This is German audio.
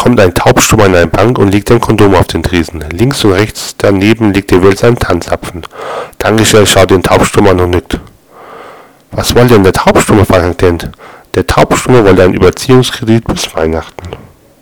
kommt ein Taubstummer an eine Bank und legt ein Kondom auf den Tresen. Links und rechts daneben legt der Wirt seinen Tanzapfen. Der Angestellte schaut den Taubstummer an und nickt. Was wollte denn der Taubstumme, fragt Dent. Der Taubstumme wollte einen Überziehungskredit bis Weihnachten.